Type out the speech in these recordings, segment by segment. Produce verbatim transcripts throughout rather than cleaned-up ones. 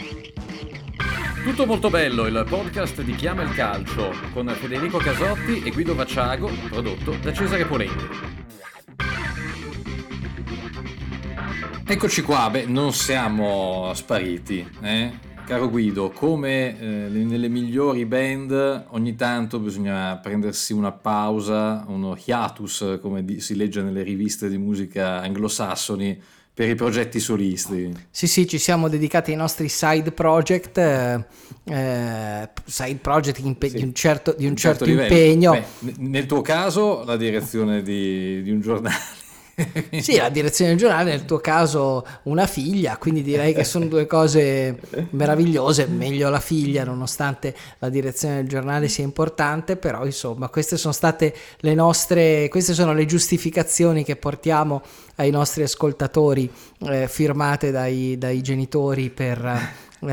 Tutto molto bello, il podcast di Chiama il Calcio con Federico Casotti e Guido Vacciago, prodotto da Cesare Polenti. Eccoci qua, beh, non siamo spariti, eh? Caro Guido, come eh, nelle migliori band ogni tanto bisogna prendersi una pausa, uno hiatus, come di, si legge nelle riviste di musica anglosassoni, per i progetti solisti. Sì, sì, ci siamo dedicati ai nostri side project, eh, side project impe- sì, di un certo, di un un certo, certo impegno. Beh, nel tuo caso la direzione di, di un giornale. Sì, la direzione del giornale, nel tuo caso una figlia, quindi direi che sono due cose meravigliose, meglio la figlia nonostante la direzione del giornale sia importante, però insomma queste sono state le nostre, queste sono le giustificazioni che portiamo ai nostri ascoltatori, eh, firmate dai, dai genitori per...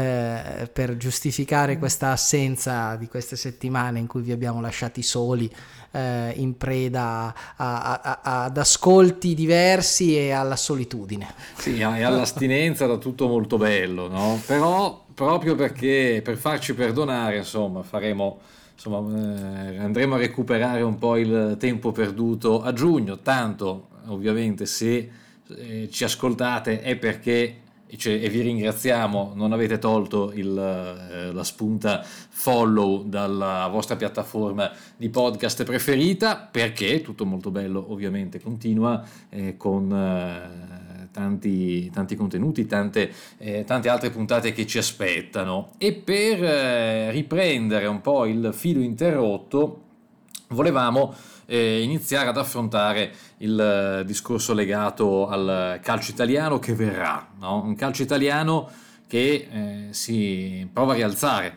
Eh, per giustificare questa assenza di queste settimane in cui vi abbiamo lasciati soli, eh, in preda a, a, a, ad ascolti diversi e alla solitudine. Sì, e all'astinenza da tutto molto bello, no? Però proprio perché per farci perdonare, insomma, faremo insomma eh, andremo a recuperare un po' il tempo perduto a giugno, tanto ovviamente se eh, ci ascoltate è perché e vi ringraziamo, non avete tolto il, eh, la spunta follow dalla vostra piattaforma di podcast preferita, perché tutto molto bello ovviamente continua eh, con eh, tanti, tanti contenuti, tante, eh, tante altre puntate che ci aspettano. E per eh, riprendere un po' il filo interrotto volevamo Eh, iniziare ad affrontare il eh, discorso legato al calcio italiano che verrà, no? Un calcio italiano che eh, si prova a rialzare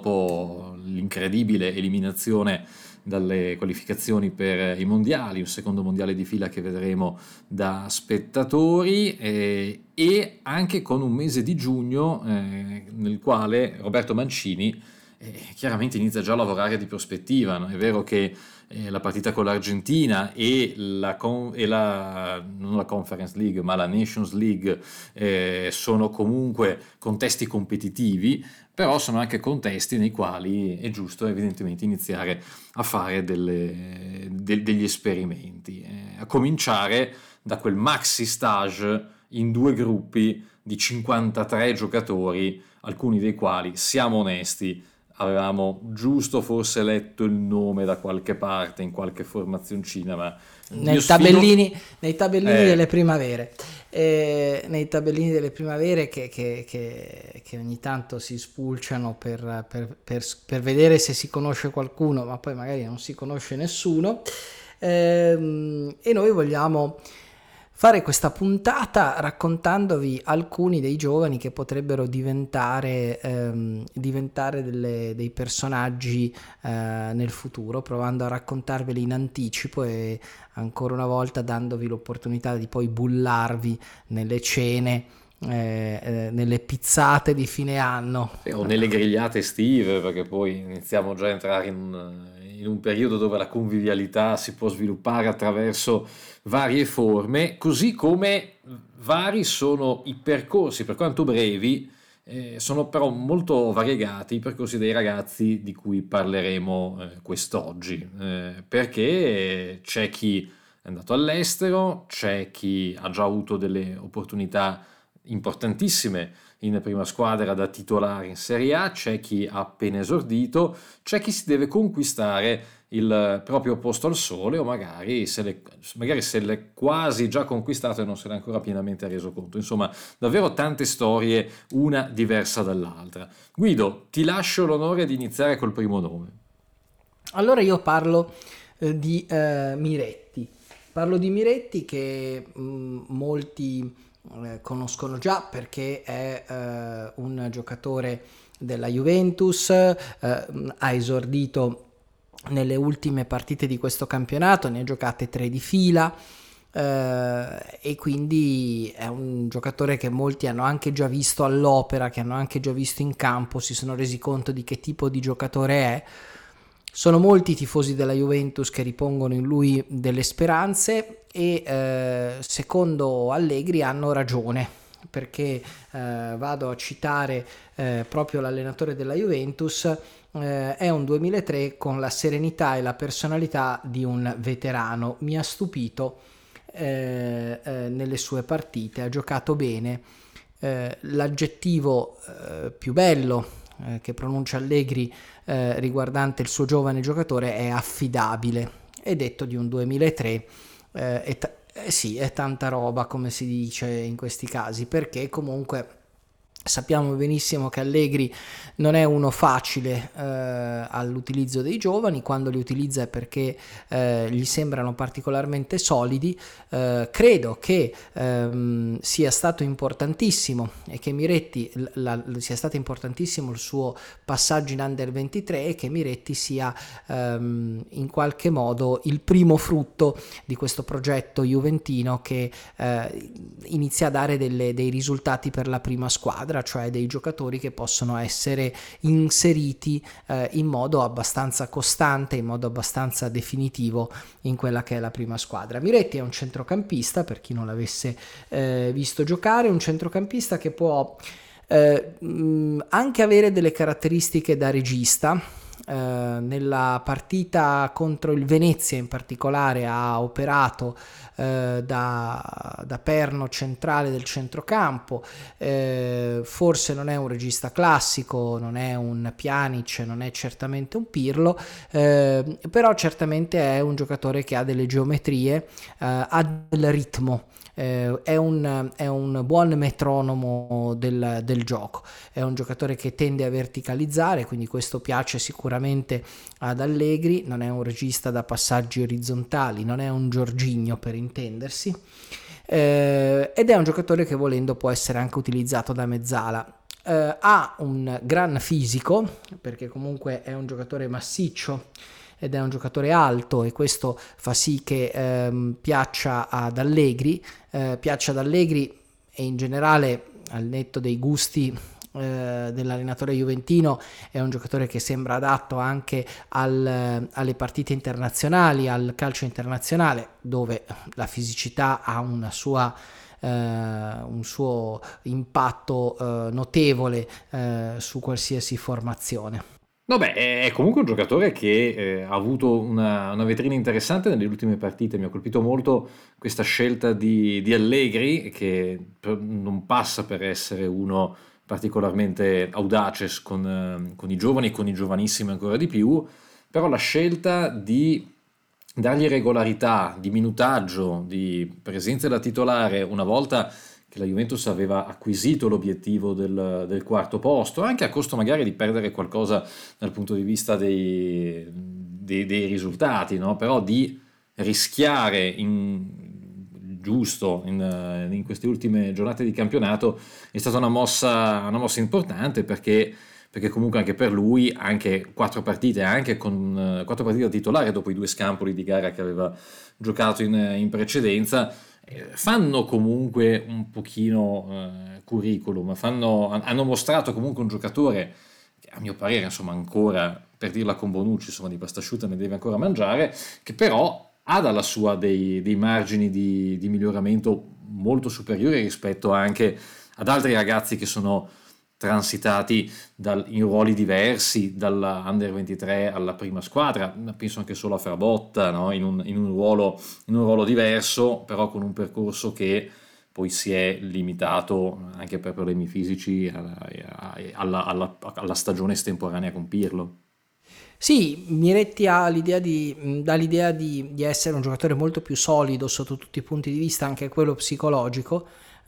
dopo l'incredibile eliminazione dalle qualificazioni per i mondiali, un secondo mondiale di fila che vedremo da spettatori, eh, e anche con un mese di giugno eh, nel quale Roberto Mancini eh, chiaramente inizia già a lavorare di prospettiva, no? È vero che la partita con l'Argentina e la, con, e la non la Conference League ma la Nations League eh, sono comunque contesti competitivi, però sono anche contesti nei quali è giusto evidentemente iniziare a fare delle, de, degli esperimenti, eh, a cominciare da quel maxi stage in due gruppi di cinquantatré giocatori, alcuni dei quali, siamo onesti, avevamo giusto forse letto il nome da qualche parte in qualche formazioncina, ma nei sfido... tabellini, nei tabellini eh. delle primavere eh, nei tabellini delle primavere che, che, che, che ogni tanto si spulciano per, per, per, per vedere se si conosce qualcuno, ma poi magari non si conosce nessuno, eh, e noi vogliamo fare questa puntata raccontandovi alcuni dei giovani che potrebbero diventare, ehm, diventare delle, dei personaggi eh, nel futuro, provando a raccontarveli in anticipo e ancora una volta dandovi l'opportunità di poi bullarvi nelle cene, eh, eh, nelle pizzate di fine anno. Sì, o nelle grigliate estive, perché poi iniziamo già a entrare in un, in un periodo dove la convivialità si può sviluppare attraverso varie forme, così come vari sono i percorsi, per quanto brevi, eh, sono però molto variegati i percorsi dei ragazzi di cui parleremo eh, quest'oggi, eh, perché c'è chi è andato all'estero, c'è chi ha già avuto delle opportunità importantissime in prima squadra da titolare in Serie A, c'è chi ha appena esordito, c'è chi si deve conquistare il proprio posto al sole o magari se l'è, magari se l'è quasi già conquistato e non se l'è ancora pienamente reso conto. Insomma, davvero tante storie, una diversa dall'altra. Guido, ti lascio l'onore di iniziare col primo nome. Allora io parlo eh, di eh, Miretti. Parlo di Miretti che mh, molti eh, conoscono già perché è eh, un giocatore della Juventus, eh, ha esordito nelle ultime partite di questo campionato, ne ha giocate tre di fila, eh, e quindi è un giocatore che molti hanno anche già visto all'opera, che hanno anche già visto in campo, si sono resi conto di che tipo di giocatore è. Sono molti i tifosi della Juventus che ripongono in lui delle speranze e eh, secondo Allegri hanno ragione. perché eh, vado a citare eh, proprio l'allenatore della Juventus, eh, è un duemilatré con la serenità e la personalità di un veterano, mi ha stupito eh, eh, nelle sue partite, ha giocato bene. Eh, l'aggettivo eh, più bello eh, che pronuncia Allegri eh, riguardante il suo giovane giocatore è affidabile, e detto di un duemilatré eh, è, t- eh sì, è tanta roba, come si dice in questi casi, perché comunque sappiamo benissimo che Allegri non è uno facile eh, all'utilizzo dei giovani. Quando li utilizza è perché eh, gli sembrano particolarmente solidi. Eh, credo che ehm, sia stato importantissimo e che Miretti la, la, sia stato importantissimo il suo passaggio in Under ventitré, e che Miretti sia ehm, in qualche modo il primo frutto di questo progetto juventino che eh, inizia a dare delle, dei risultati per la prima squadra, cioè dei giocatori che possono essere inseriti eh, in modo abbastanza costante, in modo abbastanza definitivo in quella che è la prima squadra. Miretti è un centrocampista, per chi non l'avesse eh, visto giocare, un centrocampista che può eh, mh, anche avere delle caratteristiche da regista. Eh, nella partita contro il Venezia in particolare ha operato eh, da, da perno centrale del centrocampo. Eh, forse non è un regista classico, non è un Pjanic, non è certamente un Pirlo, eh, però certamente è un giocatore che ha delle geometrie, eh, ha del ritmo. Eh, è, un, è un buon metronomo del, del gioco, è un giocatore che tende a verticalizzare, quindi questo piace sicuramente ad Allegri. Non è un regista da passaggi orizzontali, non è un Jorginho per intendersi, eh, ed è un giocatore che volendo può essere anche utilizzato da mezzala. Eh, ha un gran fisico, perché comunque è un giocatore massiccio ed è un giocatore alto, e questo fa sì che ehm, piaccia ad Allegri, eh, piaccia ad Allegri e in generale, al netto dei gusti eh, dell'allenatore juventino, è un giocatore che sembra adatto anche al, alle partite internazionali, al calcio internazionale, dove la fisicità ha una sua Uh, un suo impatto uh, notevole uh, su qualsiasi formazione. No, beh, è comunque un giocatore che eh, ha avuto una, una vetrina interessante nelle ultime partite. Mi ha colpito molto questa scelta di, di Allegri, che per- non passa per essere uno particolarmente audace con, eh, con i giovani e con i giovanissimi ancora di più, però la scelta di dargli regolarità, di minutaggio, di presenza da titolare una volta che la Juventus aveva acquisito l'obiettivo del, del quarto posto, anche a costo magari di perdere qualcosa dal punto di vista dei, dei, dei risultati, no? Però di rischiare in, giusto in, in queste ultime giornate di campionato è stata una mossa, una mossa importante, perché perché comunque anche per lui, anche quattro partite, anche con uh, quattro partite da titolare dopo i due scampoli di gara che aveva giocato in, in precedenza, eh, fanno comunque un pochino uh, curriculum, fanno, hanno mostrato comunque un giocatore che a mio parere, insomma, ancora, per dirla con Bonucci, insomma, di pasta asciutta ne deve ancora mangiare, che però ha dalla sua dei, dei margini di, di miglioramento molto superiori rispetto anche ad altri ragazzi che sono transitati dal, in ruoli diversi, dalla Under ventitré alla prima squadra. Penso anche solo a Frabotta, no? in, un, in, un ruolo, in un ruolo diverso, però con un percorso che poi si è limitato anche per problemi fisici alla, alla, alla, alla stagione estemporanea con Pirlo. Sì, Miretti ha l'idea di, dà l'idea di, di essere un giocatore molto più solido sotto tutti i punti di vista, anche quello psicologico.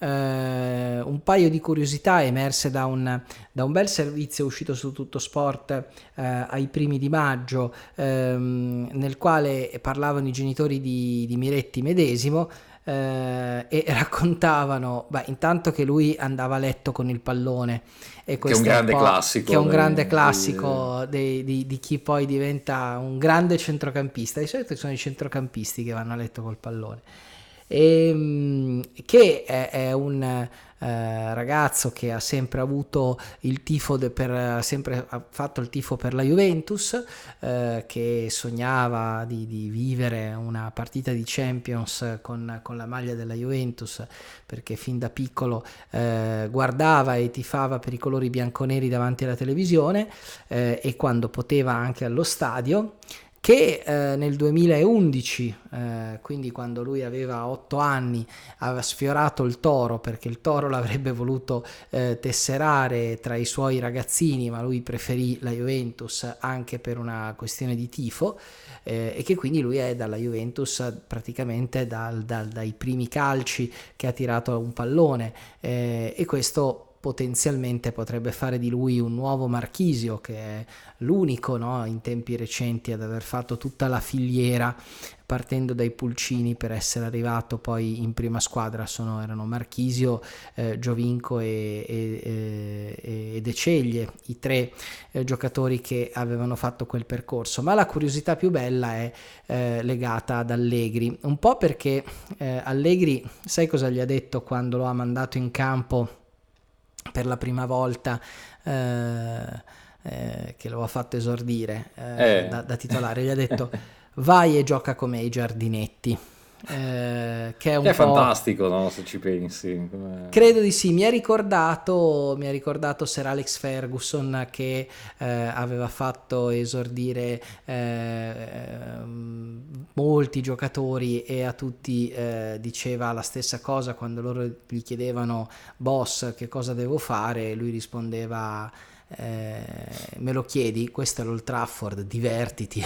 Uh, un paio di curiosità emerse da un, da un bel servizio uscito su Tutto Sport uh, ai primi di maggio, um, nel quale parlavano i genitori di, di Miretti medesimo, uh, e raccontavano, beh, intanto che lui andava a letto con il pallone, e che è un grande classico, che è un grande classico dei, di, di chi poi diventa un grande centrocampista. Di solito sono i centrocampisti che vanno a letto col pallone. e, che è, è un eh, ragazzo che ha sempre avuto il tifo de, per, ha sempre fatto il tifo per la Juventus, eh, che sognava di, di vivere una partita di Champions con, con la maglia della Juventus, perché fin da piccolo eh, guardava e tifava per i colori bianconeri davanti alla televisione, eh, e quando poteva anche allo stadio, che eh, nel duemilaundici, eh, quindi quando lui aveva otto anni, aveva sfiorato il Toro, perché il Toro l'avrebbe voluto eh, tesserare tra i suoi ragazzini, ma lui preferì la Juventus anche per una questione di tifo, eh, e che quindi lui è dalla Juventus praticamente dal, dal, dai primi calci che ha tirato un pallone, eh, e questo potenzialmente potrebbe fare di lui un nuovo Marchisio, che è l'unico, no, in tempi recenti ad aver fatto tutta la filiera partendo dai pulcini per essere arrivato poi in prima squadra. Sono, erano Marchisio, eh, Giovinco e, e, e, e De Ceglie, i tre eh, giocatori che avevano fatto quel percorso. Ma la curiosità più bella è eh, legata ad Allegri, un po' perché eh, Allegri, sai cosa gli ha detto quando lo ha mandato in campo per la prima volta, eh, eh, che lo ha fatto esordire eh, Eh. da, da titolare? Gli ha detto: vai e gioca come i giardinetti, eh, che è un È po'... fantastico, no? Se ci pensi. Come... Credo di sì, mi ha ricordato, mi ha ricordato Sir Alex Ferguson, che eh, aveva fatto esordire eh, molti giocatori e a tutti eh, diceva la stessa cosa quando loro gli chiedevano: boss, che cosa devo fare? Lui rispondeva: eh, me lo chiedi? Questo è l'Old Trafford, divertiti.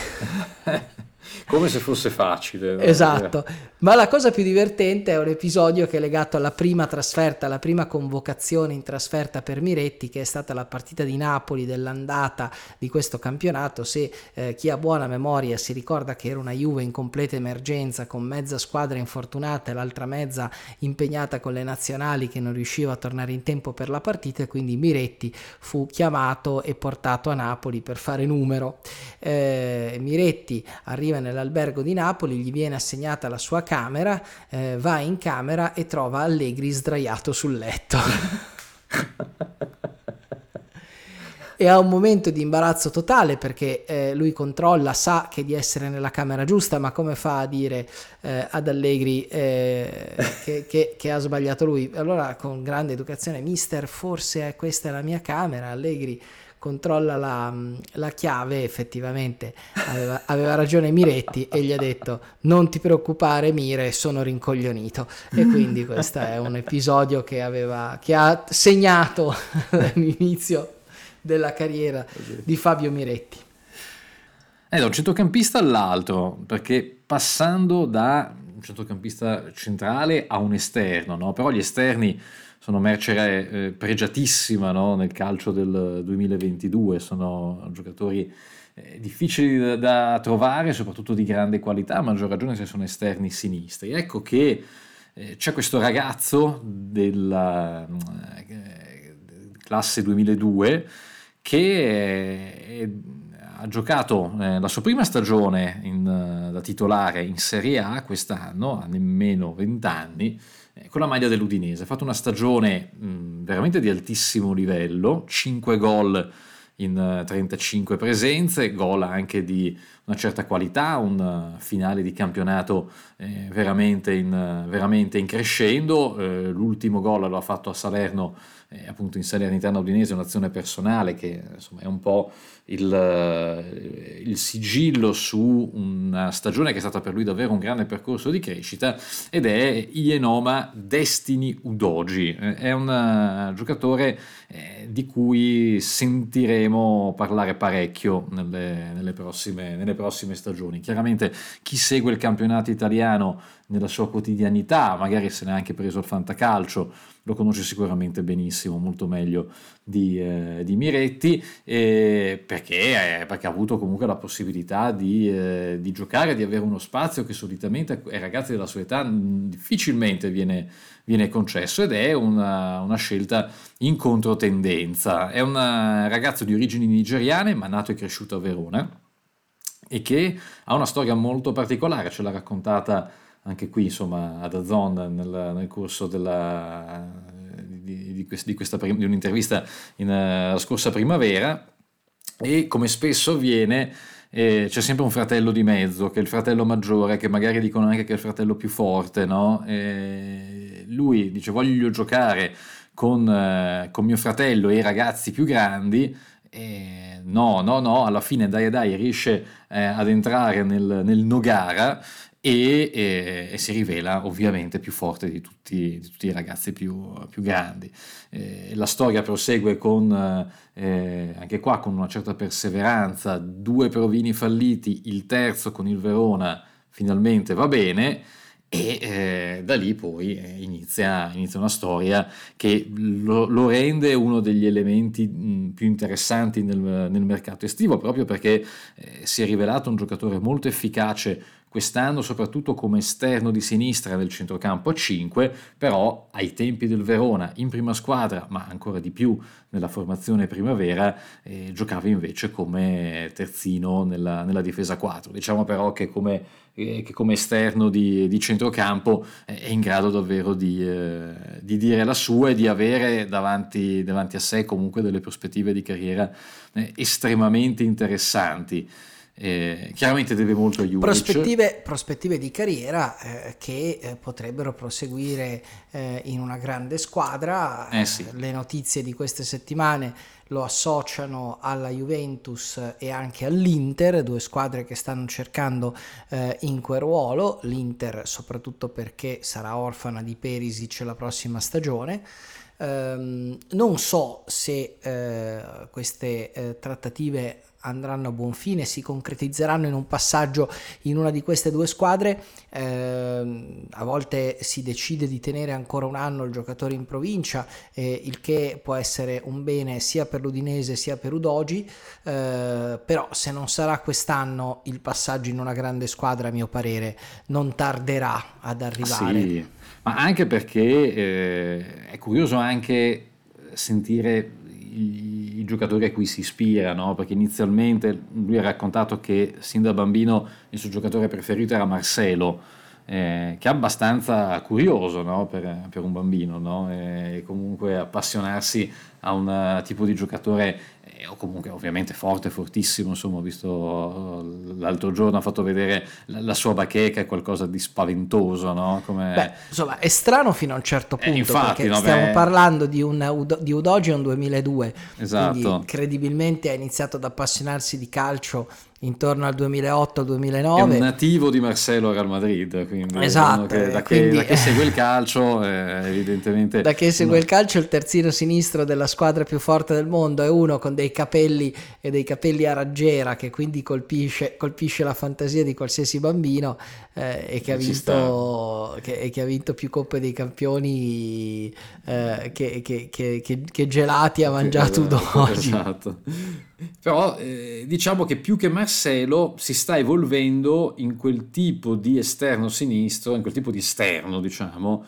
Come se fosse facile, no? Esatto, ma la cosa più divertente è un episodio che è legato alla prima trasferta, alla prima convocazione in trasferta per Miretti, che è stata la partita di Napoli dell'andata di questo campionato. Se eh, chi ha buona memoria si ricorda che era una Juve in completa emergenza, con mezza squadra infortunata e l'altra mezza impegnata con le nazionali, che non riusciva a tornare in tempo per la partita, e quindi Miretti fu chiamato e portato a Napoli per fare numero. eh, Miretti arriva nell'albergo di Napoli, gli viene assegnata la sua camera, eh, va in camera e trova Allegri sdraiato sul letto. E ha un momento di imbarazzo totale, perché eh, lui controlla, sa che di essere nella camera giusta, ma come fa a dire eh, ad Allegri eh, che, che, che ha sbagliato lui? Allora, con grande educazione: mister, forse questa è la mia camera. Allegri controlla la, la chiave, effettivamente aveva, aveva ragione Miretti, e gli ha detto: non ti preoccupare Mire, sono rincoglionito. E quindi questo è un episodio che aveva che ha segnato l'inizio della carriera di Fabio Miretti. Eh, da un centrocampista all'altro, perché passando da un centrocampista centrale a un esterno, no? Però gli esterni sono merce eh, pregiatissima, no? Nel calcio del duemilaventidue, sono giocatori eh, difficili da, da trovare, soprattutto di grande qualità, a maggior ragione se sono esterni sinistri. Ecco che eh, c'è questo ragazzo della eh, classe duemiladue che è, ha giocato eh, la sua prima stagione in, da titolare in Serie A quest'anno, ha nemmeno venti anni, eh, con la maglia dell'Udinese. Ha fatto una stagione mh, veramente di altissimo livello, cinque gol in trentacinque presenze, gol anche di una certa qualità, un finale di campionato eh, veramente, in, veramente in crescendo. Eh, l'ultimo gol lo ha fatto a Salerno, eh, appunto in Salernitana Udinese, un'azione personale che insomma è un po' il, il sigillo su una stagione che è stata per lui davvero un grande percorso di crescita, ed è Ienoma Destiny Udogie. Eh, è un giocatore eh, di cui sentiremo parlare parecchio nelle, nelle, prossime, nelle prossime stagioni. Chiaramente chi segue il campionato italiano nella sua quotidianità, magari se ne ha anche preso il fantacalcio, lo conosce sicuramente benissimo, molto meglio di, eh, di Miretti, eh, perché, eh, perché ha avuto comunque la possibilità di, eh, di giocare, di avere uno spazio che solitamente ai ragazzi della sua età difficilmente viene, viene concesso, ed è una, una scelta in controtendenza. È un ragazzo di origini nigeriane, ma nato e cresciuto a Verona, e che ha una storia molto particolare. Ce l'ha raccontata anche qui insomma ad Dazon nel, nel corso della, di, di, quest, di, questa, di un'intervista in, uh, la scorsa primavera, e come spesso avviene eh, c'è sempre un fratello di mezzo, che è il fratello maggiore, che magari dicono anche che è il fratello più forte, no? E lui dice voglio giocare con, eh, con mio fratello e i ragazzi più grandi. Eh, no, no, no, alla fine dai dai riesce eh, ad entrare nel, nel Nogara e, e, e si rivela ovviamente più forte di tutti, di tutti i ragazzi più, più grandi. Eh, la storia prosegue con, eh, anche qua con una certa perseveranza, due provini falliti, il terzo con il Verona finalmente va bene, e eh, da lì poi eh, inizia, inizia una storia che lo, lo rende uno degli elementi mh, più interessanti nel, nel mercato estivo, proprio perché eh, si è rivelato un giocatore molto efficace quest'anno, soprattutto come esterno di sinistra nel centrocampo a cinque, però ai tempi del Verona in prima squadra, ma ancora di più nella formazione primavera, eh, giocava invece come terzino nella, nella difesa quattro. Diciamo però che come, eh, che come esterno di, di centrocampo eh, è in grado davvero di, eh, di dire la sua e di avere davanti, davanti a sé comunque delle prospettive di carriera eh, estremamente interessanti. Eh, chiaramente deve molto a Juric. Prospettive, prospettive di carriera eh, che eh, potrebbero proseguire eh, in una grande squadra. Eh sì. Le notizie di queste settimane lo associano alla Juventus e anche all'Inter, due squadre che stanno cercando eh, in quel ruolo. L'Inter soprattutto perché sarà orfana di Perisic la prossima stagione. Um, non so se eh, queste eh, trattative andranno a buon fine, si concretizzeranno in un passaggio in una di queste due squadre. Eh, a volte si decide di tenere ancora un anno il giocatore in provincia, eh, il che può essere un bene sia per l'Udinese sia per Udogi, eh, però se non sarà quest'anno il passaggio in una grande squadra, a mio parere non tarderà ad arrivare. Sì, ma anche perché eh, è curioso anche sentire i, i giocatori a cui si ispira, no? Perché inizialmente lui ha raccontato che sin da bambino il suo giocatore preferito era Marcelo, eh, che è abbastanza curioso, no? per, per un bambino, no? E comunque appassionarsi a un tipo di giocatore eh, o comunque ovviamente forte, fortissimo. Insomma, ho visto l'altro giorno, ha fatto vedere la, la sua bacheca, è qualcosa di spaventoso, no? Come... Beh, insomma, è strano fino a un certo punto, eh, infatti, perché no, stiamo beh... parlando di, un, di Udogi un duemiladue, esatto. Quindi credibilmente ha iniziato ad appassionarsi di calcio intorno al duemilaotto duemilanove. È un nativo di Marcelo Real Madrid, quindi esatto, che da, quindi... che, da che segue il calcio eh, evidentemente da che segue no. il calcio, il terzino sinistro della squadra più forte del mondo è uno con dei capelli e dei capelli a raggiera, che quindi colpisce, colpisce la fantasia di qualsiasi bambino, eh, e che ha vinto che, e che ha vinto più Coppe dei Campioni eh, che, che, che, che, che gelati ha mangiato Udogi. Esatto. Però eh, diciamo che più che Marcelo si sta evolvendo in quel tipo di esterno sinistro, in quel tipo di esterno, diciamo,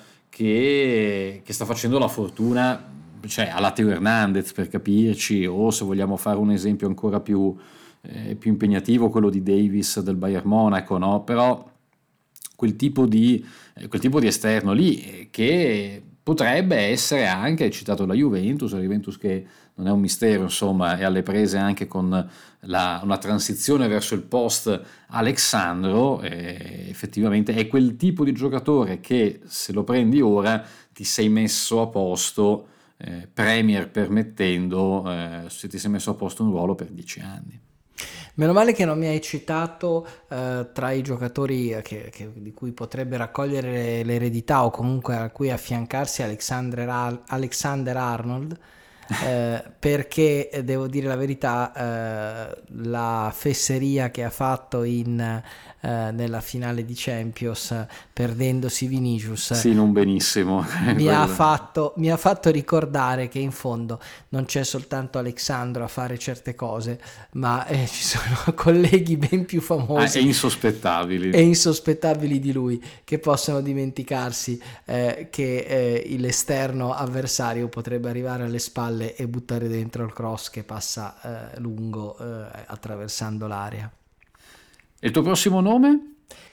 che, che sta facendo la fortuna, cioè alla Teo Hernandez, per capirci, o se vogliamo fare un esempio ancora più, eh, più impegnativo, quello di Davis del Bayern Monaco, no? Però quel tipo di, eh, quel tipo di esterno lì eh, che potrebbe essere anche, hai citato la Juventus, la Juventus che non è un mistero, insomma, è alle prese anche con la, una transizione verso il post Alexandro, eh, effettivamente è quel tipo di giocatore che se lo prendi ora ti sei messo a posto, eh, Premier permettendo, eh, se ti sei messo a posto un ruolo per dieci anni. Meno male che non mi hai citato eh, tra i giocatori che, che, di cui potrebbe raccogliere l'eredità o comunque a cui affiancarsi Alexander, Alexander Arnold, eh, perché devo dire la verità, eh, la fesseria che ha fatto in, eh, nella finale di Champions perdendosi Vinicius, sì, non benissimo, mi ha, fatto, mi ha fatto ricordare che in fondo non c'è soltanto Alexandro a fare certe cose, ma eh, ci sono colleghi ben più famosi ah, e insospettabili e insospettabili di lui che possono dimenticarsi eh, che eh, l'esterno avversario potrebbe arrivare alle spalle e buttare dentro il cross che passa eh, lungo eh, attraversando l'area. E il tuo prossimo nome?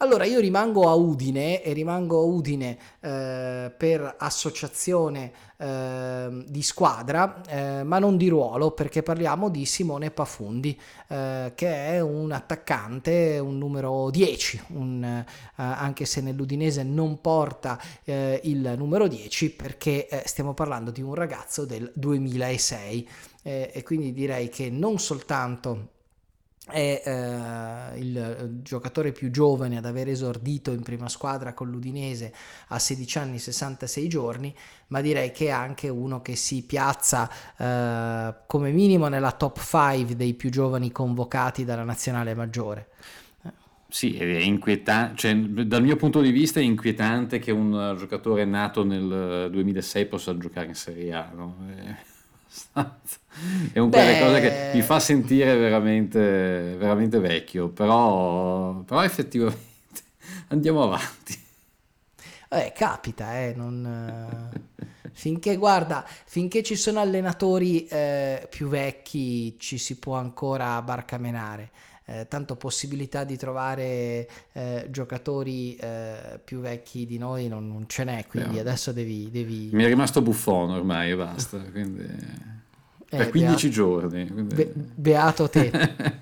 Allora io rimango a Udine e rimango a Udine eh, per associazione eh, di squadra, eh, ma non di ruolo, perché parliamo di Simone Pafundi, eh, che è un attaccante, un numero dieci, un, eh, anche se nell'Udinese non porta eh, il numero dieci, perché eh, stiamo parlando di un ragazzo del duemilasei, eh, e quindi direi che non soltanto è eh, il giocatore più giovane ad aver esordito in prima squadra con l'Udinese a sedici anni e sessantasei giorni, ma direi che è anche uno che si piazza eh, come minimo nella top cinque dei più giovani convocati dalla nazionale maggiore. Sì, è inquietante, cioè, dal mio punto di vista è inquietante che un giocatore nato nel duemilasei possa giocare in Serie A, no? È è un quelle cose che mi fa Beh, sentire veramente, veramente vecchio, però, però effettivamente andiamo avanti. eh, capita, eh, non... eh, finché, guarda, finché ci sono allenatori eh, più vecchi ci si può ancora barcamenare. Eh, tanto possibilità di trovare eh, giocatori eh, più vecchi di noi non, non ce n'è, quindi Però adesso devi, devi mi è rimasto Buffon ormai e basta, quindi per eh, quindici beato, giorni. Quindi... be- beato te.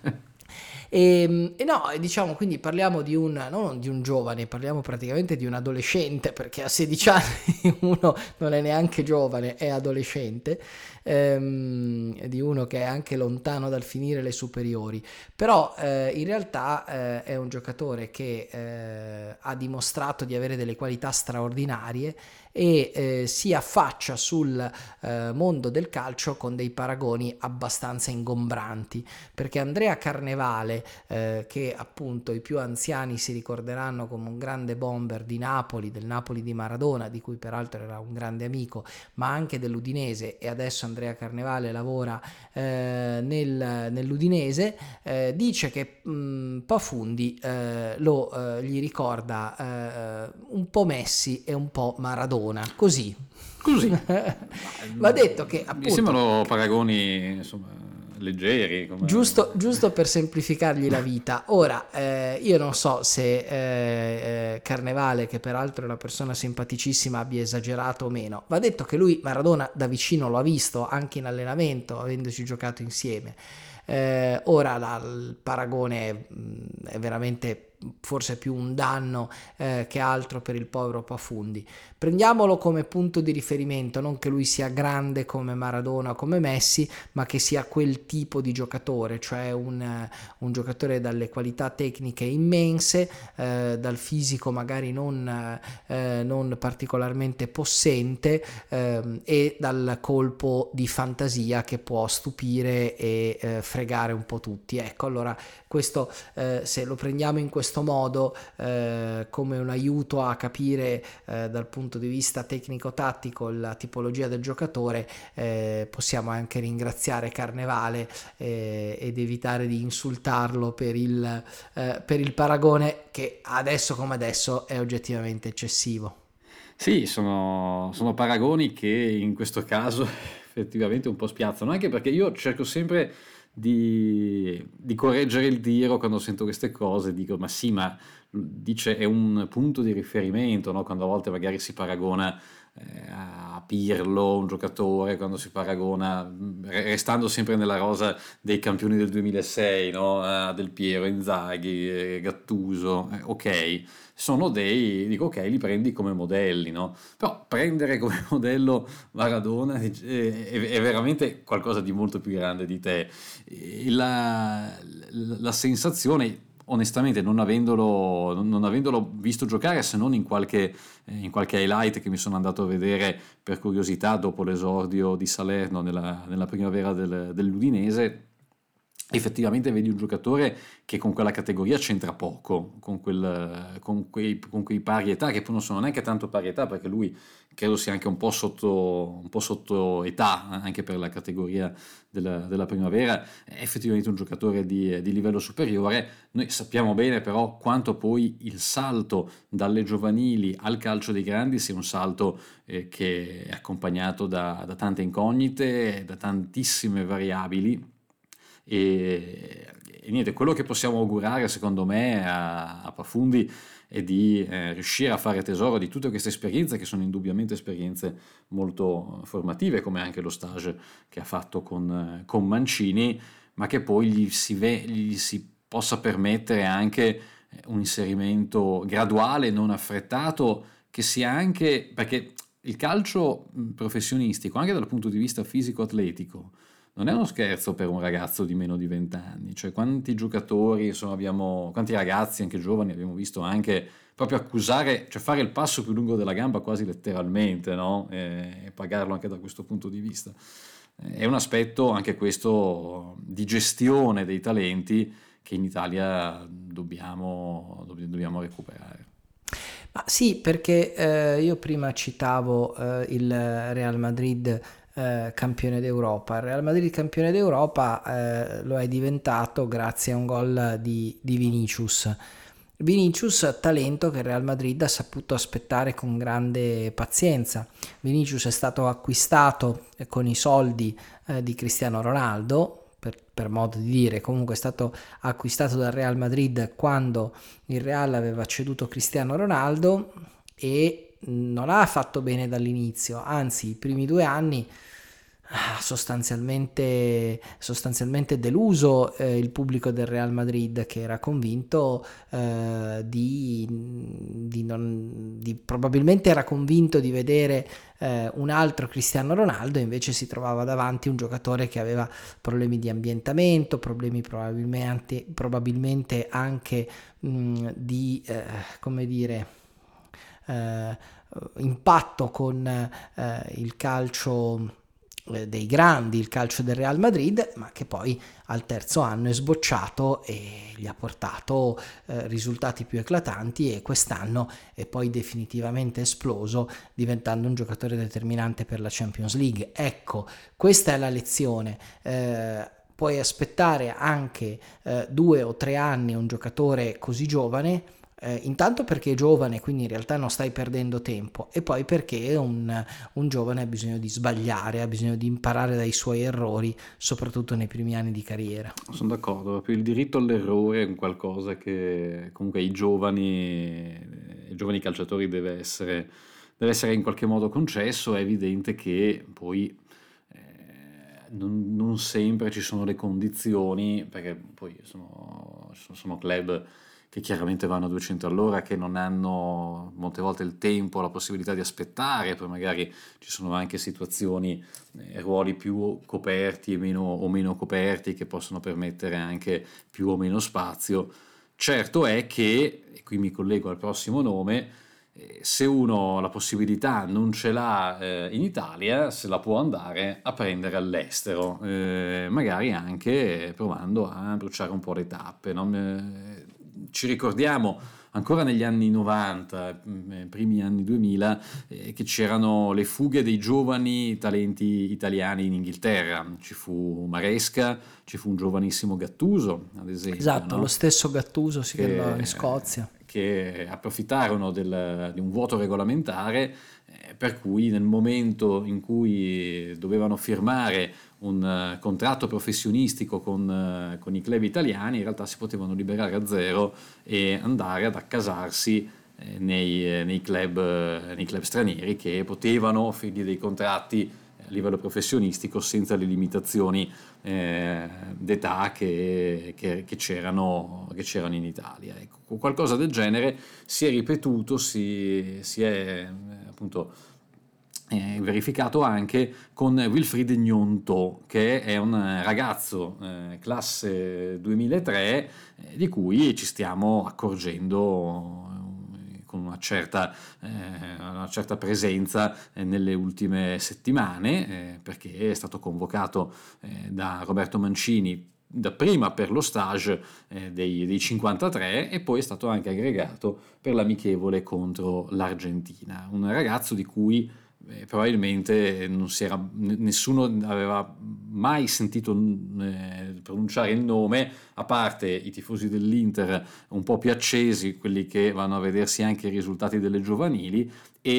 E, e no, diciamo, quindi parliamo di un, non di un giovane, parliamo praticamente di un adolescente, perché a sedici anni uno non è neanche giovane, è adolescente, ehm, di uno che è anche lontano dal finire le superiori, però eh, in realtà eh, è un giocatore che eh, ha dimostrato di avere delle qualità straordinarie e eh, si affaccia sul eh, mondo del calcio con dei paragoni abbastanza ingombranti, perché Andrea Carnevale, eh, che appunto i più anziani si ricorderanno come un grande bomber di Napoli, del Napoli di Maradona, di cui peraltro era un grande amico, ma anche dell'Udinese, e adesso Andrea Carnevale lavora eh, nel, nell'Udinese, eh, dice che mh, Pafundi eh, lo eh, gli ricorda eh, un po' Messi e un po' Maradona, così. Così. Va detto che Mi appunto, sembrano paragoni, insomma, leggeri. Giusto, Come... giusto per semplificargli la vita. Ora, eh, io non so se eh, eh, Carnevale, che peraltro è una persona simpaticissima, abbia esagerato o meno. Va detto che lui Maradona da vicino lo ha visto anche in allenamento, avendoci giocato insieme. Eh, ora la, il paragone mh, è veramente forse più un danno eh, che altro per il povero Pafundi. Prendiamolo come punto di riferimento, non che lui sia grande come Maradona o come Messi, ma che sia quel tipo di giocatore, cioè un, un giocatore dalle qualità tecniche immense, eh, dal fisico magari non, eh, non particolarmente possente, eh, e dal colpo di fantasia che può stupire e eh, fregare un po' tutti. Ecco, allora questo eh, se lo prendiamo in questo modo eh, come un aiuto a capire eh, dal punto di vista tecnico-tattico la tipologia del giocatore, eh, possiamo anche ringraziare Carnevale eh, ed evitare di insultarlo per il, eh, per il paragone che adesso come adesso è oggettivamente eccessivo. Sì, sono, sono paragoni che in questo caso effettivamente un po' spiazzano, anche perché io cerco sempre di, di correggere il tiro quando sento queste cose, dico ma sì, ma dice è un punto di riferimento, no? Quando a volte magari si paragona eh, a Pirlo, un giocatore, quando si paragona, re- restando sempre nella rosa dei campioni del duemilasei, no? A Del Piero, Inzaghi, eh, Gattuso, eh, ok, sono dei, dico ok, li prendi come modelli, no? Però prendere come modello Maradona è, è- è veramente qualcosa di molto più grande di te. E La, la sensazione, onestamente, non avendolo, non non avendolo visto giocare se non in qualche, eh, in qualche highlight che mi sono andato a vedere per curiosità dopo l'esordio di Salerno nella, nella primavera del- dell'Udinese, effettivamente vedi un giocatore che con quella categoria c'entra poco, con, quel, con, quei, con quei pari età, che poi non sono neanche tanto pari età, perché lui credo sia anche un po' sotto, un po' sotto età, anche per la categoria della, della primavera, è effettivamente un giocatore di, di livello superiore. Noi sappiamo bene però quanto poi il salto dalle giovanili al calcio dei grandi sia un salto eh, che è accompagnato da, da tante incognite, da tantissime variabili, e, e niente, quello che possiamo augurare secondo me a, a Pafundi è di eh, riuscire a fare tesoro di tutte queste esperienze, che sono indubbiamente esperienze molto formative, come anche lo stage che ha fatto con, con Mancini, ma che poi gli si, ve, gli si possa permettere anche un inserimento graduale, non affrettato, che sia anche, perché il calcio professionistico, anche dal punto di vista fisico-atletico, non è uno scherzo per un ragazzo di meno di venti anni, cioè quanti giocatori, insomma, abbiamo, quanti ragazzi, anche giovani, abbiamo visto anche proprio accusare, cioè fare il passo più lungo della gamba quasi letteralmente, no? E, e pagarlo anche da questo punto di vista. È un aspetto, anche questo, di gestione dei talenti che in Italia dobbiamo, dobbiamo recuperare. Ma sì, perché eh, io prima citavo eh, il Real Madrid eh, campione d'Europa. Il Real Madrid campione d'Europa eh, lo è diventato grazie a un gol di, di Vinicius. Vinicius, talento che il Real Madrid ha saputo aspettare con grande pazienza. Vinicius è stato acquistato con i soldi eh, di Cristiano Ronaldo, per, per modo di dire, comunque è stato acquistato dal Real Madrid quando il Real aveva ceduto Cristiano Ronaldo e non ha fatto bene dall'inizio, anzi i primi due anni sostanzialmente, sostanzialmente deluso eh, il pubblico del Real Madrid, che era convinto eh, di, di, non, di probabilmente era convinto di vedere eh, un altro Cristiano Ronaldo, invece si trovava davanti un giocatore che aveva problemi di ambientamento, problemi probabilmente, probabilmente anche mh, di eh, come dire eh, impatto con eh, il calcio dei grandi, il calcio del Real Madrid, ma che poi al terzo anno è sbocciato e gli ha portato eh, risultati più eclatanti, e quest'anno è poi definitivamente esploso, diventando un giocatore determinante per la Champions League. Ecco, questa è la lezione. Eh, puoi aspettare anche eh, due o tre anni un giocatore così giovane, Eh, intanto perché è giovane, quindi in realtà non stai perdendo tempo, e poi perché un, un giovane ha bisogno di sbagliare, ha bisogno di imparare dai suoi errori, soprattutto nei primi anni di carriera. Sono d'accordo, proprio il diritto all'errore è un qualcosa che comunque ai giovani, ai giovani calciatori deve essere, deve essere in qualche modo concesso. È evidente che poi eh, non, non sempre ci sono le condizioni, perché poi sono, sono club che chiaramente vanno a duecento all'ora, che non hanno molte volte il tempo, la possibilità di aspettare, poi magari ci sono anche situazioni, eh, ruoli più coperti e meno, o meno coperti, che possono permettere anche più o meno spazio. Certo è che, e qui mi collego al prossimo nome, eh, se uno la possibilità non ce l'ha eh, in Italia, se la può andare a prendere all'estero, eh, magari anche provando a bruciare un po' le tappe, no? Eh, ci ricordiamo ancora negli anni novanta, primi anni duemila, eh, che c'erano le fughe dei giovani talenti italiani in Inghilterra. Ci fu Maresca, ci fu un giovanissimo Gattuso, ad esempio. Esatto, no? Lo stesso Gattuso si che andò in Scozia. Che approfittarono del, di un vuoto regolamentare, eh, per cui nel momento in cui dovevano firmare un uh, contratto professionistico con, uh, con i club italiani, in realtà si potevano liberare a zero e andare ad accasarsi eh, nei, eh, nei, club, eh, nei club stranieri, che potevano offrirgli dei contratti a livello professionistico senza le limitazioni eh, d'età che, che, che, c'erano, che c'erano in Italia. Ecco, qualcosa del genere si è ripetuto, si, si è eh, appunto eh, verificato anche con Wilfried Gnonto, che è un ragazzo eh, classe duemilatré eh, di cui ci stiamo accorgendo con una certa, eh, una certa presenza eh, nelle ultime settimane, eh, perché è stato convocato eh, da Roberto Mancini dapprima per lo stage eh, dei, dei cinquantatré, e poi è stato anche aggregato per l'amichevole contro l'Argentina. Un ragazzo di cui eh, probabilmente non si era, nessuno aveva mai sentito eh, pronunciare il nome, a parte i tifosi dell'Inter un po' più accesi, quelli che vanno a vedersi anche i risultati delle giovanili, e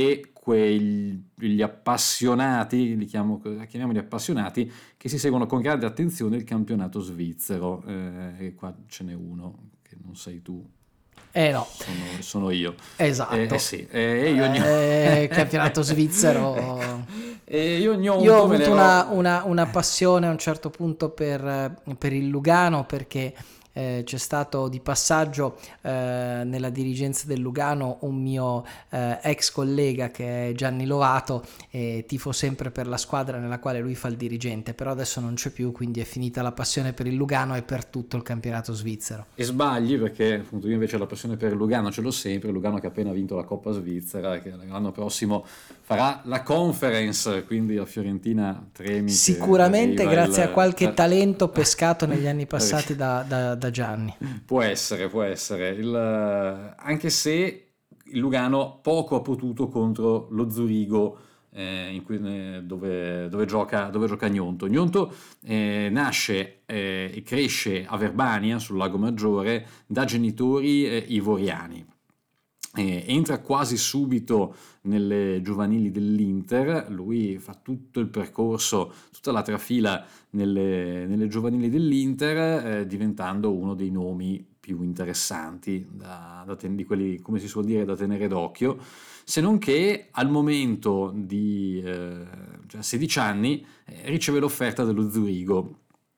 quegli appassionati, li chiamo, chiamiamoli appassionati, che si seguono con grande attenzione il campionato svizzero, eh, e qua ce n'è uno che non sei tu. Eh no, sono, sono io. Esatto. Eh, eh sì, eh, io eh, campionato svizzero. E io, io ho avuto una, una, una passione a un certo punto per, per il Lugano, perché eh, c'è stato di passaggio eh, nella dirigenza del Lugano un mio eh, ex collega che è Gianni Lovato, e tifo sempre per la squadra nella quale lui fa il dirigente, però adesso non c'è più, quindi è finita la passione per il Lugano e per tutto il campionato svizzero. E sbagli, perché appunto io invece la passione per il Lugano ce l'ho sempre. Il Lugano che ha appena vinto la Coppa Svizzera e che l'anno prossimo farà la Conference, quindi la Fiorentina tremi. Sicuramente grazie il, a qualche la... talento pescato negli anni passati da, da, da Gianni. Può essere, può essere. Il, anche se il Lugano poco ha potuto contro lo Zurigo, eh, in cui, eh, dove, dove, gioca, dove gioca Gnonto. Gnonto eh, nasce eh, e cresce a Verbania, sul Lago Maggiore, da genitori eh, ivoriani. Eh, entra quasi subito nelle giovanili dell'Inter, lui fa tutto il percorso, tutta la trafila nelle, nelle giovanili dell'Inter, eh, diventando uno dei nomi più interessanti, da, da ten- di quelli, come si suol dire, da tenere d'occhio, se non che al momento di eh, cioè sedici anni eh, riceve l'offerta dello Zurigo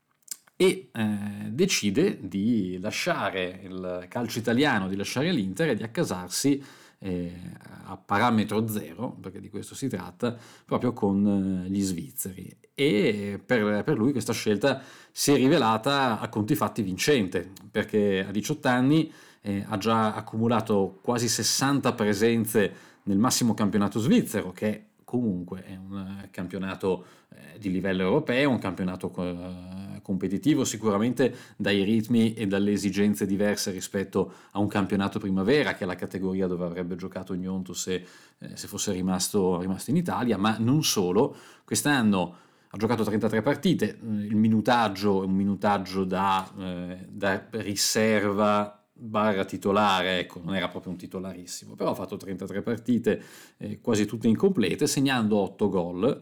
e eh, decide di lasciare il calcio italiano, di lasciare l'Inter e di accasarsi eh, a parametro zero, perché di questo si tratta, proprio con eh, gli svizzeri. E per, per lui questa scelta si è rivelata a conti fatti vincente, perché a diciotto anni eh, ha già accumulato quasi sessanta presenze nel massimo campionato svizzero, che comunque è un campionato eh, di livello europeo, un campionato eh, competitivo, sicuramente dai ritmi e dalle esigenze diverse rispetto a un campionato primavera, che è la categoria dove avrebbe giocato Gnonto se, eh, se fosse rimasto, rimasto in Italia, ma non solo. Quest'anno ha giocato trentatré partite, il minutaggio è un minutaggio da, eh, da riserva barra titolare, ecco, non era proprio un titolarissimo, però ha fatto trentatré partite, eh, quasi tutte incomplete, segnando otto gol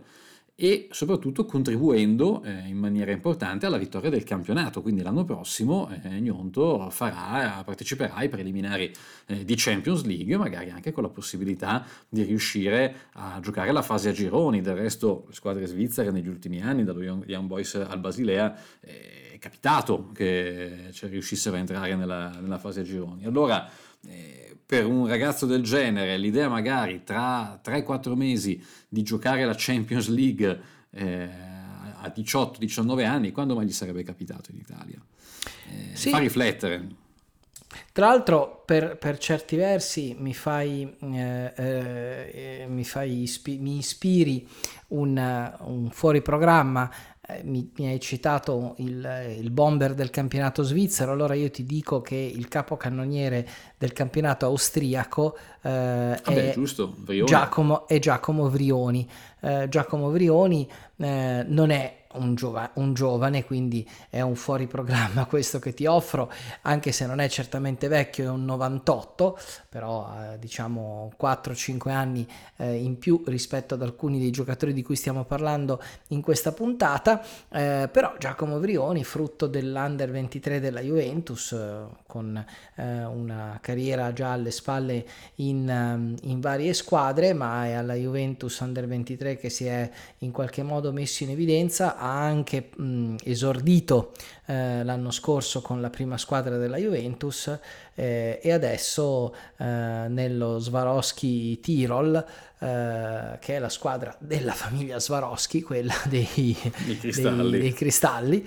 e soprattutto contribuendo eh, in maniera importante alla vittoria del campionato. Quindi l'anno prossimo eh, Gnonto farà, parteciperà ai preliminari eh, di Champions League, magari anche con la possibilità di riuscire a giocare la fase a gironi. Del resto le squadre svizzere negli ultimi anni, dallo Young, Young Boys al Basilea, eh, è capitato che cioè, riuscissero a entrare nella, nella fase a gironi. Allora eh, per un ragazzo del genere l'idea magari tra tre quattro mesi di giocare la Champions League eh, a diciotto diciannove anni, quando mai gli sarebbe capitato in Italia? Eh, sì. Fa riflettere. Tra l'altro per, per certi versi mi fai, eh, eh, mi, fai ispi- mi ispiri un, un fuori programma. Eh, mi, mi hai citato il, il bomber del campionato svizzero, allora io ti dico che il capocannoniere del campionato austriaco eh, ah è, beh, giusto, Giacomo, è Giacomo Vrioni. Eh, Giacomo Vrioni eh, non è Un, giova- un giovane, quindi è un fuori programma questo che ti offro, anche se non è certamente vecchio, è un novantotto, però eh, diciamo quattro cinque anni eh, in più rispetto ad alcuni dei giocatori di cui stiamo parlando in questa puntata, eh, però Giacomo Vrioni, frutto dell'Under ventitré della Juventus, eh, con eh, una carriera già alle spalle in, um, in varie squadre, ma è alla Juventus Under ventitré che si è in qualche modo messo in evidenza. Ha anche mh, esordito eh, l'anno scorso con la prima squadra della Juventus eh, e adesso eh, nello Swarovski Tirol, eh, che è la squadra della famiglia Swarovski, quella dei, I cristalli, dei, dei cristalli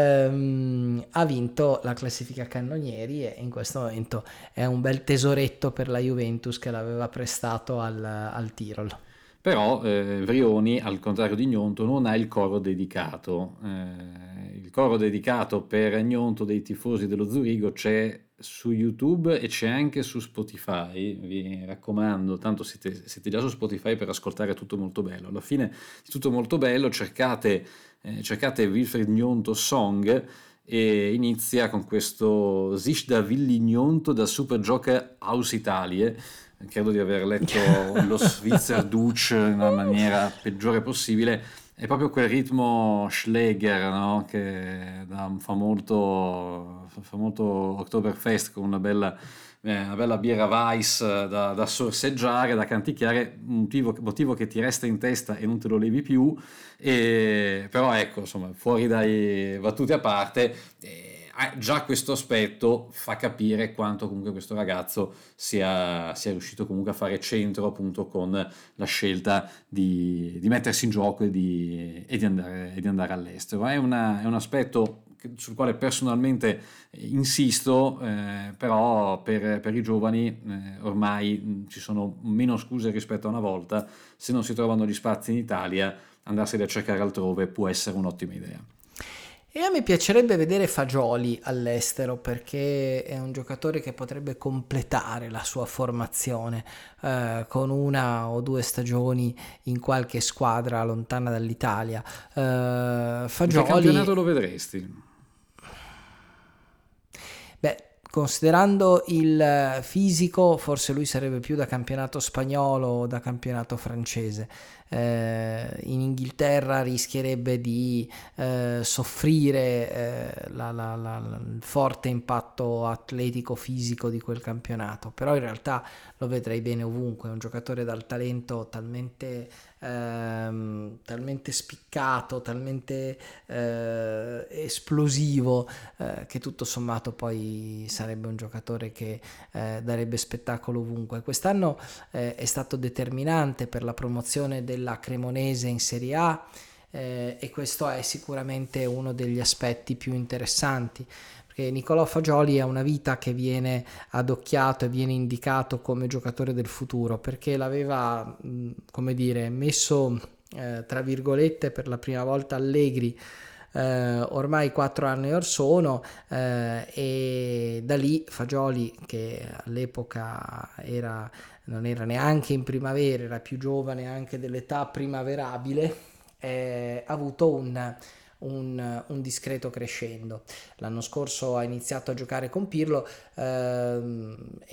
ehm, ha vinto la classifica cannonieri e in questo momento è un bel tesoretto per la Juventus che l'aveva prestato al, al Tirol. Però eh, Vrioni, al contrario di Gnonto, non ha il coro dedicato. Eh, il coro dedicato per Gnonto dei tifosi dello Zurigo c'è su YouTube e c'è anche su Spotify. Vi raccomando, tanto siete, siete già su Spotify per ascoltare Tutto Molto Bello. Alla fine di Tutto Molto Bello cercate, eh, cercate Wilfried Gnonto Song e inizia con questo Sich da Willi Gnonto da Supergioca aus Italie. credo di aver letto lo Svitzer Dutch in una maniera peggiore possibile. È proprio quel ritmo Schläger, no? Che da- fa molto, fa molto Oktoberfest, con una bella, eh, una bella birra Weiss da, da sorseggiare, da canticchiare, motivo, motivo che ti resta in testa e non te lo levi più. E, però ecco, insomma, fuori dai battute a parte, eh, ah, già questo aspetto fa capire quanto comunque questo ragazzo sia, sia riuscito comunque a fare centro appunto con la scelta di, di mettersi in gioco e di, e di andare, e di andare all'estero. È, una- è un aspetto che- sul quale personalmente insisto, eh, però per, per i giovani eh, ormai mh, ci sono meno scuse rispetto a una volta. Se non si trovano gli spazi in Italia, andarseli a cercare altrove può essere un'ottima idea. E a me piacerebbe vedere Fagioli all'estero perché è un giocatore che potrebbe completare la sua formazione eh, con una o due stagioni in qualche squadra lontana dall'Italia. Eh, In che campionato Fagioli, lo vedresti? beh, considerando il fisico, forse lui sarebbe più da campionato spagnolo o da campionato francese. Eh, in Inghilterra rischierebbe di eh, soffrire eh, la- la- la- la- il forte impatto atletico fisico di quel campionato, però in realtà lo vedrei bene ovunque. È un giocatore dal talento talmente, ehm, talmente spiccato, talmente eh, esplosivo, eh, che tutto sommato poi sarebbe un giocatore che eh, darebbe spettacolo ovunque. Quest'anno eh, è stato determinante per la promozione della Cremonese in Serie A, eh, e questo è sicuramente uno degli aspetti più interessanti, perché Nicolò Fagioli ha una vita che viene adocchiato e viene indicato come giocatore del futuro, perché l'aveva, mh, come dire, messo eh, tra virgolette per la prima volta Allegri eh, ormai quattro anni or sono, eh, e da lì Fagioli, che all'epoca era, non era neanche in primavera, era più giovane anche dell'età primaverabile, eh, ha avuto un, un, un discreto crescendo. L'anno scorso ha iniziato a giocare con Pirlo, ehm,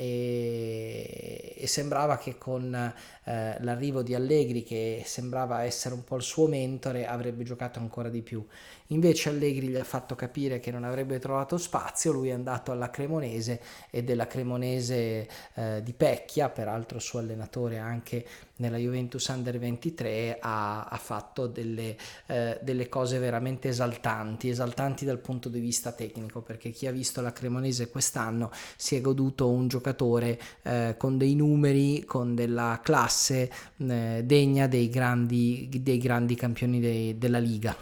e, e sembrava che con eh, l'arrivo di Allegri, che sembrava essere un po' il suo mentore, avrebbe giocato ancora di più. Invece Allegri gli ha fatto capire che non avrebbe trovato spazio, lui è andato alla Cremonese, e della Cremonese eh, di Pecchia, peraltro suo allenatore anche nella Juventus Under ventitré, ha, ha fatto delle, eh, delle cose veramente esaltanti, esaltanti dal punto di vista tecnico, perché chi ha visto la Cremonese quest'anno si è goduto un giocatore eh, con dei numeri, con della classe eh, degna dei grandi, dei grandi campioni dei- della Liga.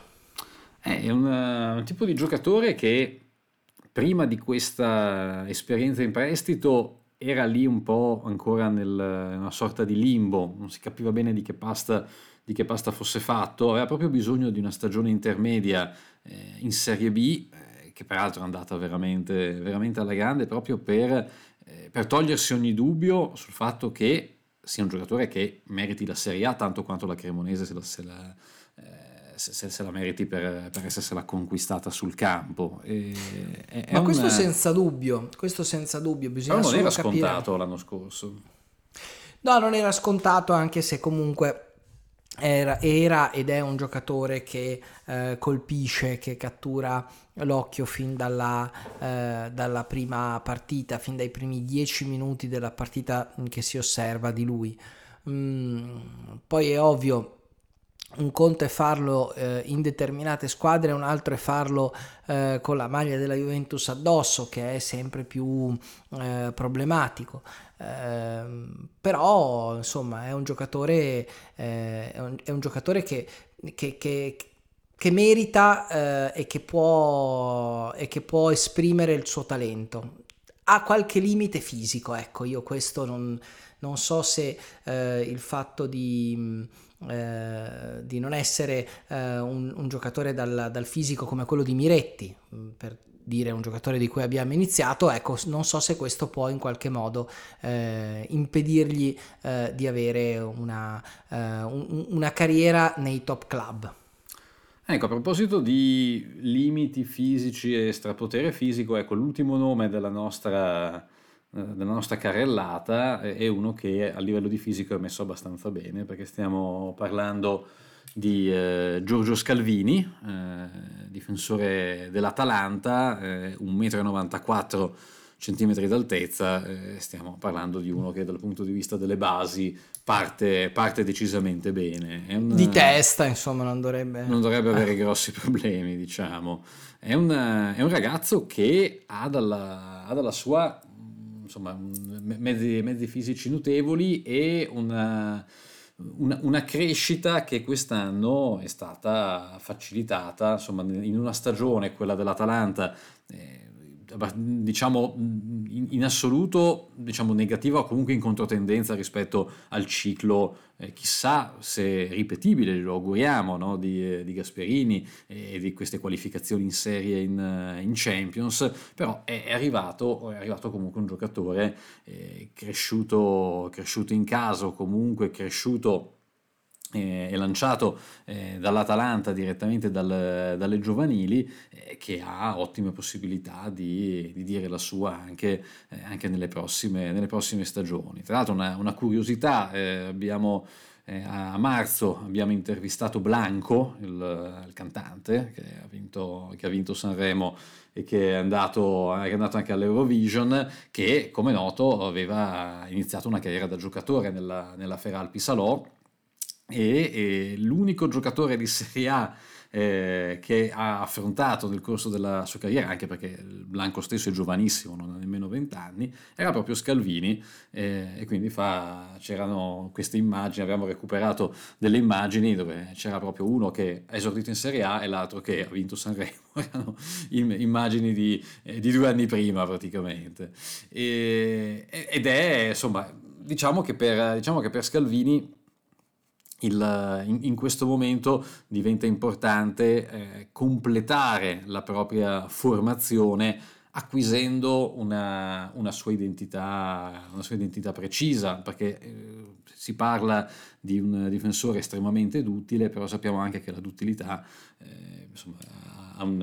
È un, eh, un tipo di giocatore che prima di questa esperienza in prestito era lì un po' ancora nel, in una sorta di limbo, non si capiva bene di che pasta, di che pasta fosse fatto, aveva proprio bisogno di una stagione intermedia eh, in Serie B, eh, che peraltro è andata veramente, veramente alla grande, proprio per, eh, per togliersi ogni dubbio sul fatto che sia un giocatore che meriti la Serie A tanto quanto la Cremonese se la, se la, eh, se, se- se la meriti per, per essersela conquistata sul campo. E- è, è Ma questo un, senza dubbio, questo senza dubbio, però bisogna non era solo capire. scontato l'anno scorso. No, non era scontato, anche se comunque era, era ed è un giocatore che eh, colpisce, che cattura l'occhio fin dalla, eh, dalla prima partita, fin dai primi dieci minuti della partita che si osserva di lui. Mm, poi è ovvio, un conto è farlo eh, in determinate squadre, un altro è farlo eh, con la maglia della Juventus addosso, che è sempre più eh, problematico. Ehm, però insomma è un giocatore, eh, è un, è un giocatore che, che, che, che merita eh, e che può, e che può esprimere il suo talento. Ha qualche limite fisico, ecco, io questo non, non so se eh, il fatto di, eh, di non essere eh, un, un giocatore dal, dal fisico come quello di Miretti, mh, per dire un giocatore di cui abbiamo iniziato, ecco, non so se questo può in qualche modo eh, impedirgli eh, di avere una, eh, un- una carriera nei top club. Ecco, a proposito di limiti fisici e strapotere fisico, ecco, l'ultimo nome della nostra, della nostra carrellata, è uno che a livello di fisico è messo abbastanza bene, perché stiamo parlando di eh, Giorgio Scalvini, eh, difensore dell'Atalanta, eh, uno virgola novantaquattro metri centimetri d'altezza, eh, stiamo parlando di uno che dal punto di vista delle basi parte, parte decisamente bene. È un, di testa, insomma, non dovrebbe... non dovrebbe avere grossi problemi, diciamo. È un, è un ragazzo che ha dalla, ha dalla sua, insomma, mezzi, mezzi fisici notevoli e una, una, una crescita che quest'anno è stata facilitata, insomma, in una stagione, quella dell'Atalanta, eh, diciamo in, in assoluto, diciamo, negativa o comunque in controtendenza rispetto al ciclo, eh, chissà se ripetibile, lo auguriamo, no? di, di Gasperini e di queste qualificazioni in serie in, in Champions, però è, è arrivato è arrivato comunque un giocatore eh, cresciuto cresciuto in casa, o comunque cresciuto e lanciato eh, dall'Atalanta direttamente dal, dalle giovanili, eh, che ha ottime possibilità di, di dire la sua anche, eh, anche nelle, prossime, nelle prossime stagioni. Tra l'altro una, una curiosità, eh, abbiamo eh, a marzo abbiamo intervistato Blanco, il, il cantante che ha, vinto, che ha vinto Sanremo e che è andato, è andato anche all'Eurovision, che come noto aveva iniziato una carriera da giocatore nella, nella Feralpi Salò, e, e l'unico giocatore di Serie A eh, che ha affrontato nel corso della sua carriera, anche perché Blanco stesso è giovanissimo, non ha nemmeno venti anni, era proprio Scalvini, eh, e quindi fa, c'erano queste immagini, abbiamo recuperato delle immagini dove c'era proprio uno che ha esordito in Serie A e l'altro che ha vinto Sanremo, erano immagini di, eh, di due anni prima praticamente, e, ed è, insomma, diciamo che per, diciamo che per Scalvini Il, in, in questo momento diventa importante eh, completare la propria formazione acquisendo una, una, sua identità, una sua identità precisa, perché eh, si parla di un difensore estremamente duttile, però sappiamo anche che la duttilità eh, insomma, ha un,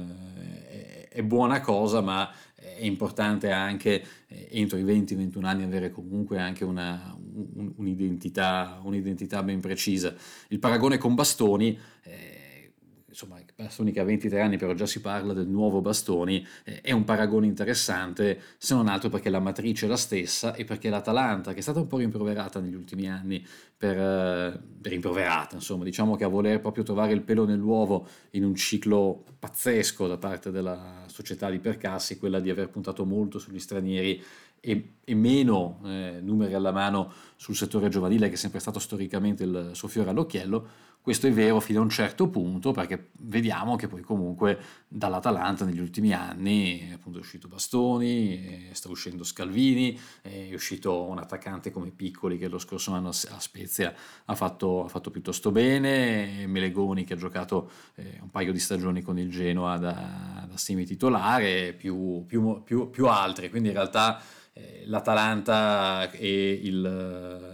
è, è buona cosa, ma è importante anche eh, entro i venti ventuno anni avere comunque anche una, un, un'identità, un'identità ben precisa. Il paragone con Bastoni, eh, insomma, Bastoni che ha ventitré anni, però già si parla del nuovo Bastoni, eh, è un paragone interessante, se non altro perché la matrice è la stessa e perché l'Atalanta, che è stata un po' rimproverata negli ultimi anni, per, eh, rimproverata, insomma, diciamo che a voler proprio trovare il pelo nell'uovo in un ciclo pazzesco da parte della società di Percassi, quella di aver puntato molto sugli stranieri e, e meno eh, numeri alla mano sul settore giovanile, che è sempre stato storicamente il suo fiore all'occhiello. Questo è vero fino a un certo punto, perché vediamo che poi comunque dall'Atalanta negli ultimi anni appunto è uscito Bastoni, sta uscendo Scalvini, è uscito un attaccante come Piccoli che lo scorso anno a Spezia ha fatto, ha fatto piuttosto bene, Melegoni che ha giocato eh, un paio di stagioni con il Genoa da, da semi titolare, più, più, più, più altri, quindi in realtà eh, l'Atalanta e il...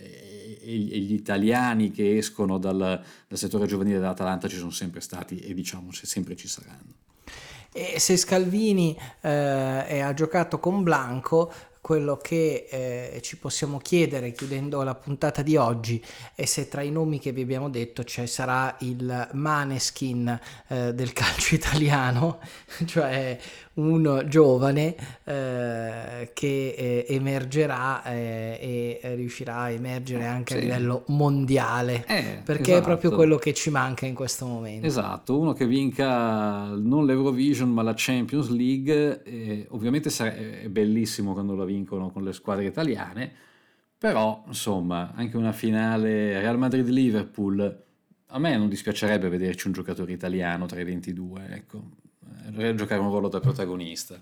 e gli italiani che escono dal, dal settore giovanile dell'Atalanta ci sono sempre stati e diciamo sempre ci saranno. E se Scalvini eh, ha giocato con Blanco, quello che eh, ci possiamo chiedere chiudendo la puntata di oggi è se tra i nomi che vi abbiamo detto ci sarà il Maneskin eh, del calcio italiano, cioè uno giovane eh, che eh, emergerà eh, e riuscirà a emergere anche sì. a livello mondiale, eh, perché esatto. è proprio quello che ci manca in questo momento. Esatto, uno che vinca non l'Eurovision ma la Champions League, eh, ovviamente sare- è bellissimo quando la vincono con le squadre italiane, però insomma anche una finale Real Madrid-Liverpool, a me non dispiacerebbe vederci un giocatore italiano tra i ventidue, ecco, dovrei giocare un ruolo da protagonista.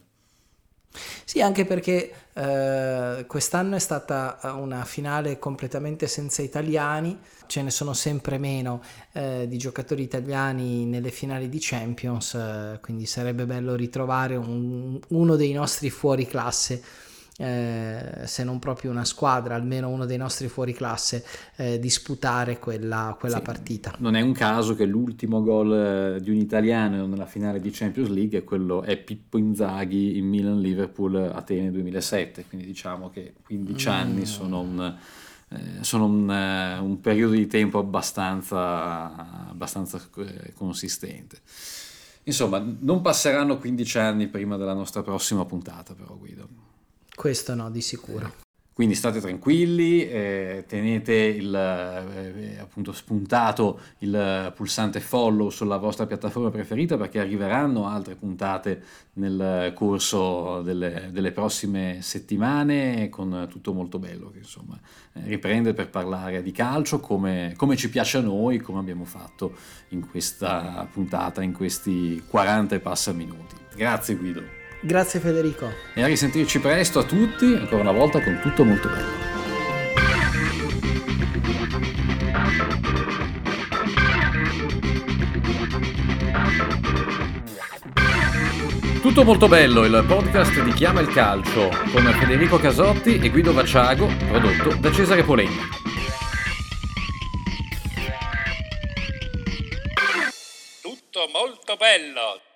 Sì, anche perché eh, quest'anno è stata una finale completamente senza italiani, ce ne sono sempre meno eh, di giocatori italiani nelle finali di Champions, eh, quindi sarebbe bello ritrovare un, uno dei nostri fuori classe eh, se non proprio una squadra, almeno uno dei nostri fuoriclasse, eh, disputare quella, quella sì, partita. Non è un caso che l'ultimo gol di un italiano nella finale di Champions League è quello è Pippo Inzaghi in Milan-Liverpool Atene duemilasette, quindi diciamo che quindici mm. anni sono un sono un, un periodo di tempo abbastanza, abbastanza consistente. Insomma, non passeranno quindici anni prima della nostra prossima puntata, però, Guido. Questo no, di sicuro. Quindi state tranquilli, eh, tenete il, eh, appunto spuntato il pulsante follow sulla vostra piattaforma preferita, perché arriveranno altre puntate nel corso delle, delle prossime settimane con tutto molto bello che insomma eh, riprende per parlare di calcio come, come ci piace a noi, come abbiamo fatto in questa puntata, in questi quaranta e passa minuti. Grazie Guido. Grazie Federico. E a risentirci presto a tutti, ancora una volta con tutto molto bello. Tutto molto bello, il podcast di Chiama il Calcio con Federico Casotti e Guido Vacciago, prodotto da Cesare Polenghi. Tutto molto bello.